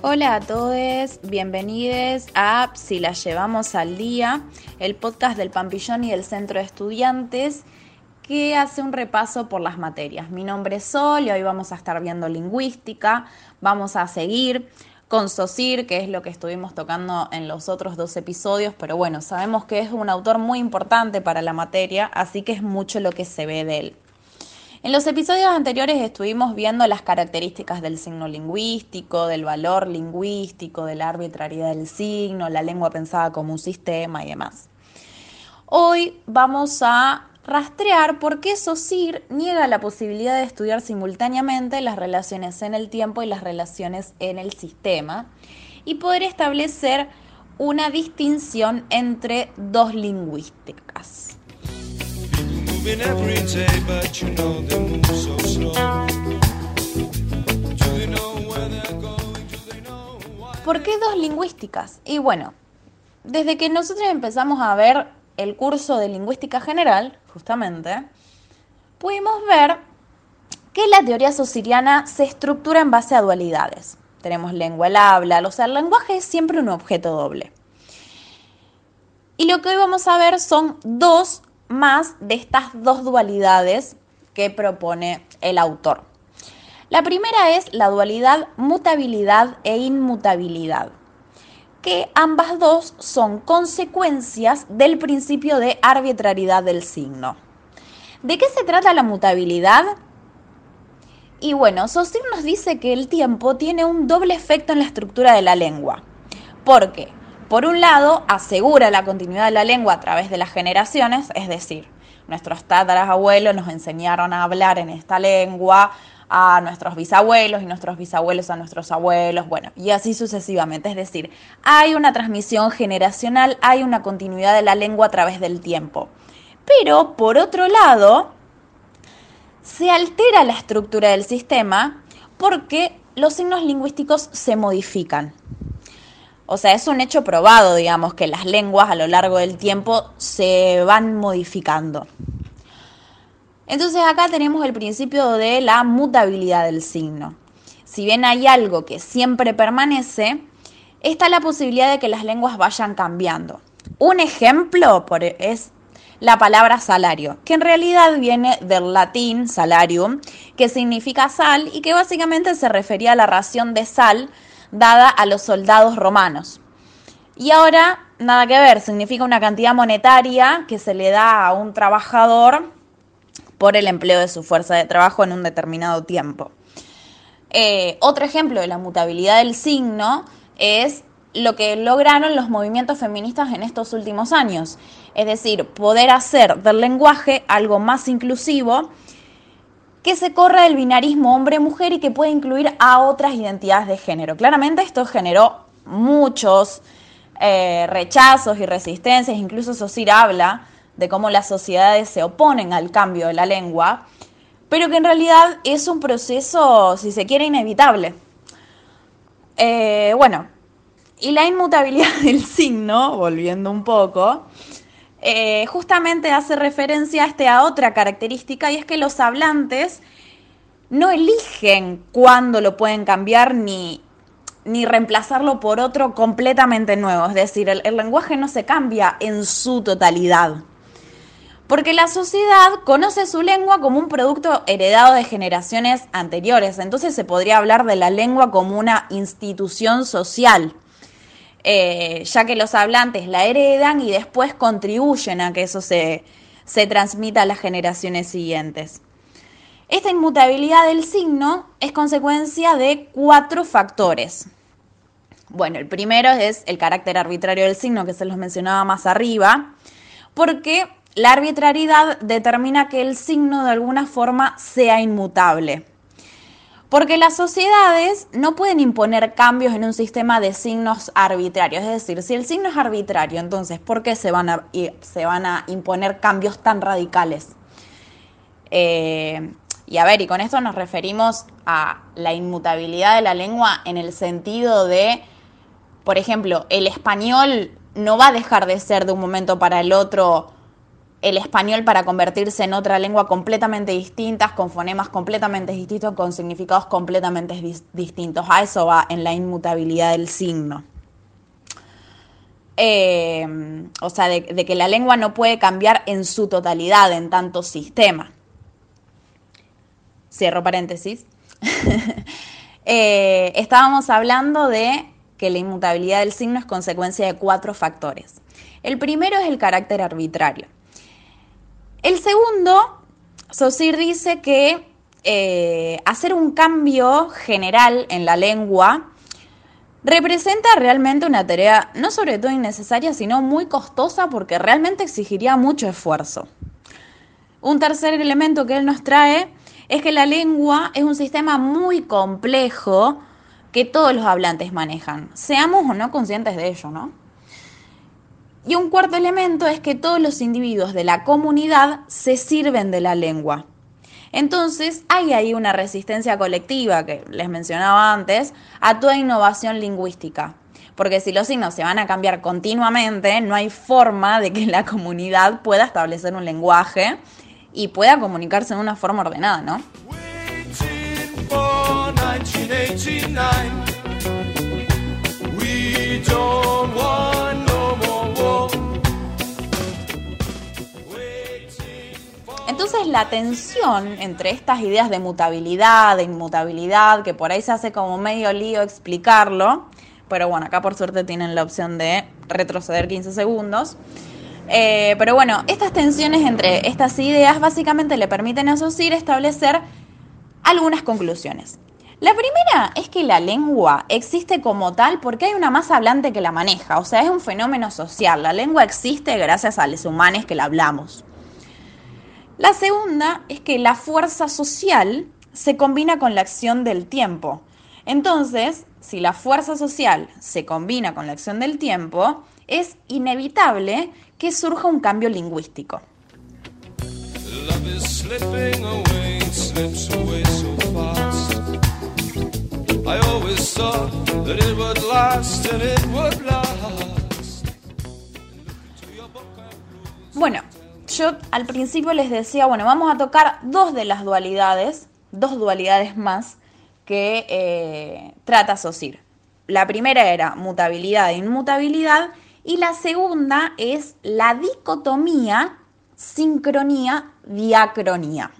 Hola a todos, bienvenidos a Si la llevamos al día, el podcast del Pampillón y del Centro de Estudiantes que hace un repaso por las materias. Mi nombre es Sol y hoy vamos a estar viendo lingüística, vamos a seguir con Saussure, que es lo que estuvimos tocando en los otros 2 episodios, pero bueno, sabemos que es un autor muy importante para la materia, así que es mucho lo que se ve de él. En los episodios anteriores estuvimos viendo las características del signo lingüístico, del valor lingüístico, de la arbitrariedad del signo, la lengua pensada como un sistema y demás. Hoy vamos a rastrear por qué Saussure niega la posibilidad de estudiar simultáneamente las relaciones en el tiempo y las relaciones en el sistema y poder establecer una distinción entre dos lingüísticas. ¿Por qué dos lingüísticas? Y bueno, desde que nosotros empezamos a ver el curso de lingüística general, justamente, pudimos ver que la teoría saussuriana se estructura en base a dualidades. Tenemos lengua, el habla, o sea, el lenguaje es siempre un objeto doble. Y lo que hoy vamos a ver son dos más de estas dos dualidades que propone el autor. La primera es la dualidad mutabilidad e inmutabilidad, que ambas dos son consecuencias del principio de arbitrariedad del signo. ¿De qué se trata la mutabilidad? Y bueno, Saussure nos dice que el tiempo tiene un doble efecto en la estructura de la lengua. ¿Por qué? Por un lado, asegura la continuidad de la lengua a través de las generaciones, es decir, nuestros tatarabuelos nos enseñaron a hablar en esta lengua, a nuestros bisabuelos y nuestros bisabuelos a nuestros abuelos, bueno, y así sucesivamente. Es decir, hay una transmisión generacional, hay una continuidad de la lengua a través del tiempo. Pero, por otro lado, se altera la estructura del sistema porque los signos lingüísticos se modifican. O sea, es un hecho probado, digamos, que las lenguas a lo largo del tiempo se van modificando. Entonces acá tenemos el principio de la mutabilidad del signo. Si bien hay algo que siempre permanece, está la posibilidad de que las lenguas vayan cambiando. Un ejemplo es la palabra salario, que en realidad viene del latín salarium, que significa sal y que básicamente se refería a la ración de sal dada a los soldados romanos. Y ahora, nada que ver, significa una cantidad monetaria que se le da a un trabajador por el empleo de su fuerza de trabajo en un determinado tiempo. Otro ejemplo de la mutabilidad del signo es lo que lograron los movimientos feministas en estos últimos años. Es decir, poder hacer del lenguaje algo más inclusivo, que se corra del binarismo hombre-mujer y que puede incluir a otras identidades de género. Claramente esto generó muchos rechazos y resistencias, incluso Saussure habla de cómo las sociedades se oponen al cambio de la lengua, pero que en realidad es un proceso, si se quiere, inevitable. Y la inmutabilidad del signo, volviendo un poco, justamente hace referencia a otra característica, y es que los hablantes no eligen cuándo lo pueden cambiar ni reemplazarlo por otro completamente nuevo. Es decir, el lenguaje no se cambia en su totalidad, porque la sociedad conoce su lengua como un producto heredado de generaciones anteriores. Entonces se podría hablar de la lengua como una institución social, ya que los hablantes la heredan y después contribuyen a que eso se transmita a las generaciones siguientes. Esta inmutabilidad del signo es consecuencia de 4 factores. Bueno, el primero es el carácter arbitrario del signo, que se los mencionaba más arriba, porque la arbitrariedad determina que el signo de alguna forma sea inmutable. Porque las sociedades no pueden imponer cambios en un sistema de signos arbitrarios. Es decir, si el signo es arbitrario, entonces, ¿por qué se van a imponer cambios tan radicales? Y con esto nos referimos a la inmutabilidad de la lengua en el sentido de, por ejemplo, el español no va a dejar de ser de un momento para el otro el español para convertirse en otra lengua completamente distinta, con fonemas completamente distintos, con significados completamente distintos. A eso va en la inmutabilidad del signo. O sea, de que la lengua no puede cambiar en su totalidad en tanto sistema. Cierro paréntesis. Estábamos hablando de que la inmutabilidad del signo es consecuencia de 4 factores. El primero es el carácter arbitrario. El segundo, Saussure dice que hacer un cambio general en la lengua representa realmente una tarea no sobre todo innecesaria, sino muy costosa porque realmente exigiría mucho esfuerzo. Un tercer elemento que él nos trae es que la lengua es un sistema muy complejo que todos los hablantes manejan, seamos o no conscientes de ello, ¿no? Y un cuarto elemento es que todos los individuos de la comunidad se sirven de la lengua. Entonces, hay ahí una resistencia colectiva, que les mencionaba antes, a toda innovación lingüística. Porque si los signos se van a cambiar continuamente, no hay forma de que la comunidad pueda establecer un lenguaje y pueda comunicarse en una forma ordenada, ¿no? Entonces la tensión entre estas ideas de mutabilidad, de inmutabilidad, que por ahí se hace como medio lío explicarlo, pero bueno, acá por suerte tienen la opción de retroceder 15 segundos. Pero bueno, estas tensiones entre estas ideas básicamente le permiten a Saussure establecer algunas conclusiones. La primera es que la lengua existe como tal porque hay una masa hablante que la maneja, o sea, es un fenómeno social. La lengua existe gracias a los humanos que la hablamos. La segunda es que la fuerza social se combina con la acción del tiempo. Entonces, si la fuerza social se combina con la acción del tiempo, es inevitable que surja un cambio lingüístico. Bueno, yo al principio les decía, bueno, vamos a tocar dos de las dualidades, dos dualidades más que trata Saussure. La primera era mutabilidad e inmutabilidad y la segunda es la dicotomía, sincronía, diacronía.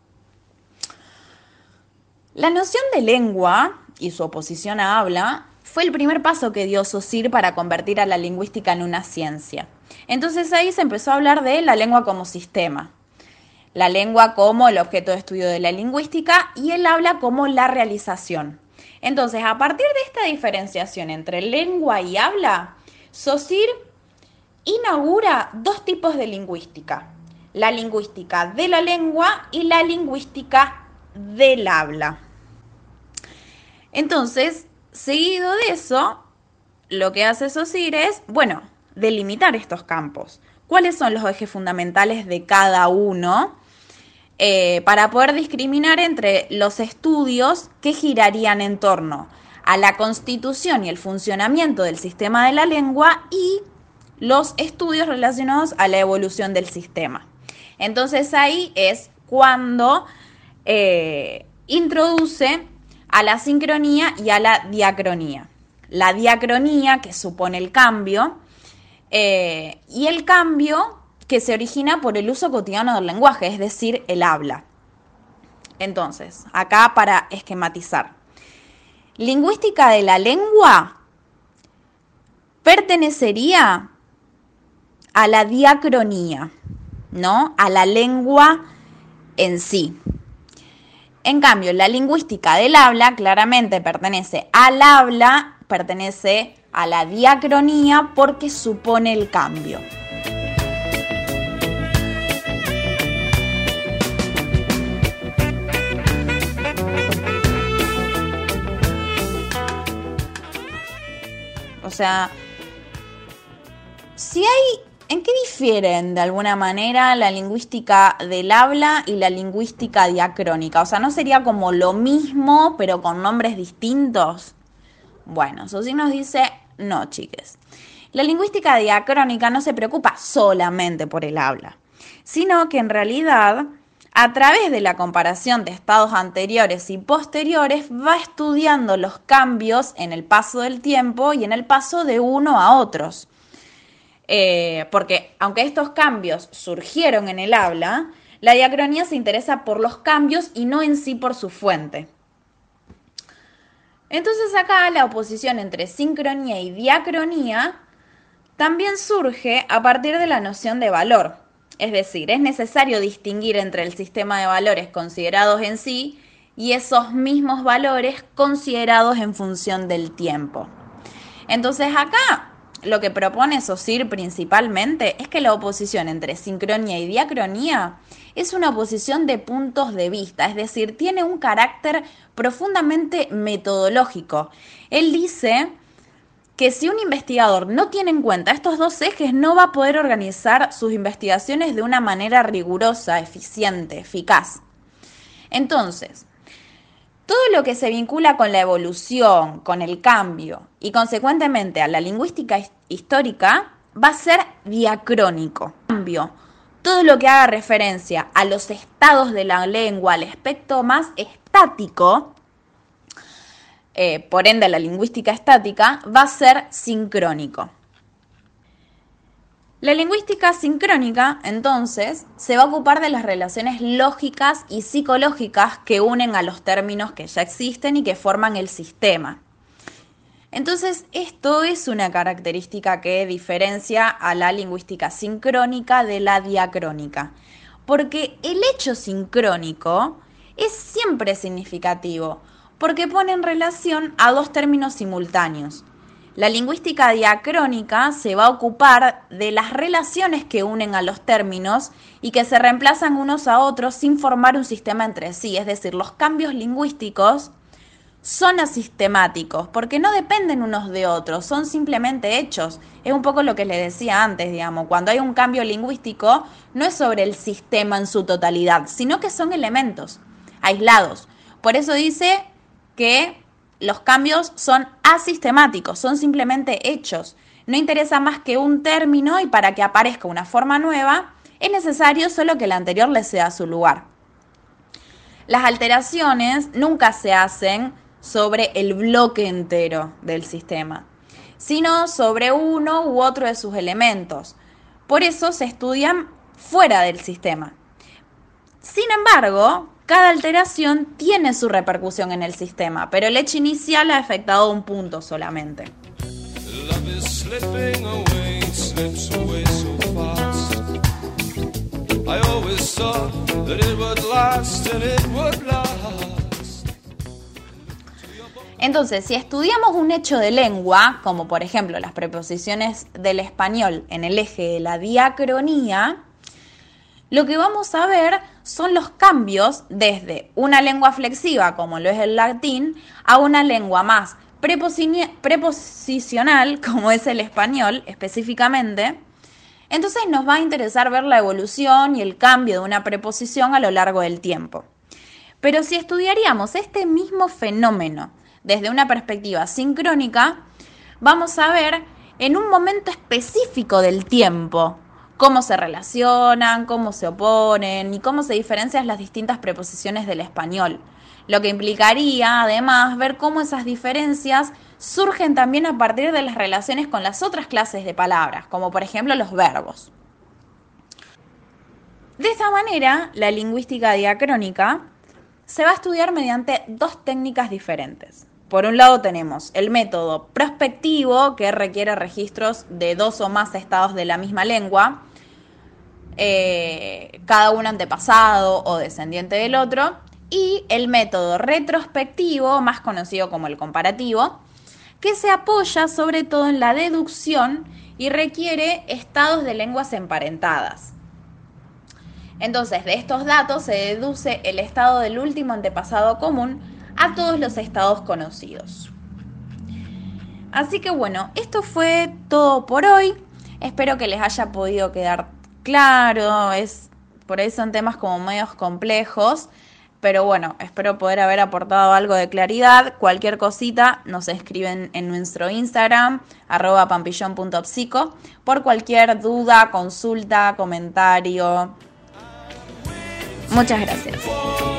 La noción de lengua y su oposición a habla fue el primer paso que dio Saussure para convertir a la lingüística en una ciencia. Entonces ahí se empezó a hablar de la lengua como sistema, la lengua como el objeto de estudio de la lingüística y el habla como la realización. Entonces, a partir de esta diferenciación entre lengua y habla, Saussure inaugura dos tipos de lingüística, la lingüística de la lengua y la lingüística del habla. Entonces, seguido de eso, lo que hace Saussure es, bueno, delimitar estos campos. ¿Cuáles son los ejes fundamentales de cada uno? Para poder discriminar entre los estudios que girarían en torno a la constitución y el funcionamiento del sistema de la lengua y los estudios relacionados a la evolución del sistema. Entonces ahí es cuando introduce a la sincronía y a la diacronía. La diacronía, que supone el cambio, y el cambio que se origina por el uso cotidiano del lenguaje, es decir, el habla. Entonces, acá para esquematizar. Lingüística de la lengua pertenecería a la diacronía, ¿no? A la lengua en sí. En cambio, la lingüística del habla claramente pertenece al habla, pertenece a la diacronía porque supone el cambio. O sea, ¿en qué difieren de alguna manera la lingüística del habla y la lingüística diacrónica? O sea, ¿no sería como lo mismo, pero con nombres distintos? Bueno, Saussure nos dice, no, chiques. La lingüística diacrónica no se preocupa solamente por el habla, sino que en realidad, a través de la comparación de estados anteriores y posteriores, va estudiando los cambios en el paso del tiempo y en el paso de uno a otros. Porque aunque estos cambios surgieron en el habla, la diacronía se interesa por los cambios y no en sí por su fuente. Entonces acá la oposición entre sincronía y diacronía también surge a partir de la noción de valor. Es decir, es necesario distinguir entre el sistema de valores considerados en sí y esos mismos valores considerados en función del tiempo. Entonces acá lo que propone Saussure principalmente es que la oposición entre sincronía y diacronía es una oposición de puntos de vista, es decir, tiene un carácter profundamente metodológico. Él dice que si un investigador no tiene en cuenta estos dos ejes, no va a poder organizar sus investigaciones de una manera rigurosa, eficiente, eficaz. Entonces, todo lo que se vincula con la evolución, con el cambio y consecuentemente a la lingüística histórica va a ser diacrónico. Todo lo que haga referencia a los estados de la lengua, al aspecto más estático, por ende la lingüística estática, va a ser sincrónico. La lingüística sincrónica, entonces, se va a ocupar de las relaciones lógicas y psicológicas que unen a los términos que ya existen y que forman el sistema. Entonces, esto es una característica que diferencia a la lingüística sincrónica de la diacrónica, porque el hecho sincrónico es siempre significativo, porque pone en relación a dos términos simultáneos. La lingüística diacrónica se va a ocupar de las relaciones que unen a los términos y que se reemplazan unos a otros sin formar un sistema entre sí, es decir, los cambios lingüísticos son asistemáticos porque no dependen unos de otros, son simplemente hechos. Es un poco lo que les decía antes, digamos, cuando hay un cambio lingüístico no es sobre el sistema en su totalidad, sino que son elementos aislados. Por eso dice que los cambios son asistemáticos, son simplemente hechos. No interesa más que un término y para que aparezca una forma nueva es necesario solo que el anterior le ceda su lugar. Las alteraciones nunca se hacen sobre el bloque entero del sistema, sino sobre uno u otro de sus elementos. Por eso se estudian fuera del sistema. Sin embargo, cada alteración tiene su repercusión en el sistema, pero el hecho inicial ha afectado un punto solamente. Entonces, si estudiamos un hecho de lengua, como por ejemplo las preposiciones del español en el eje de la diacronía, lo que vamos a ver son los cambios desde una lengua flexiva, como lo es el latín, a una lengua más preposicional, como es el español específicamente. Entonces nos va a interesar ver la evolución y el cambio de una preposición a lo largo del tiempo. Pero si estudiaríamos este mismo fenómeno desde una perspectiva sincrónica, vamos a ver en un momento específico del tiempo cómo se relacionan, cómo se oponen y cómo se diferencian las distintas preposiciones del español. Lo que implicaría, además, ver cómo esas diferencias surgen también a partir de las relaciones con las otras clases de palabras, como por ejemplo los verbos. De esta manera, la lingüística diacrónica se va a estudiar mediante dos técnicas diferentes. Por un lado tenemos el método prospectivo, que requiere registros de dos o más estados de la misma lengua, cada uno antepasado o descendiente del otro, y el método retrospectivo, más conocido como el comparativo, que se apoya sobre todo en la deducción y requiere estados de lenguas emparentadas. Entonces, de estos datos se deduce el estado del último antepasado común a todos los estados conocidos. Así que bueno, esto fue todo por hoy. Espero que les haya podido quedar claro. Por ahí son temas como medios complejos, pero bueno, espero poder haber aportado algo de claridad. Cualquier cosita nos escriben en nuestro Instagram, @pampillon.psico, por cualquier duda, consulta, comentario, Muchas gracias.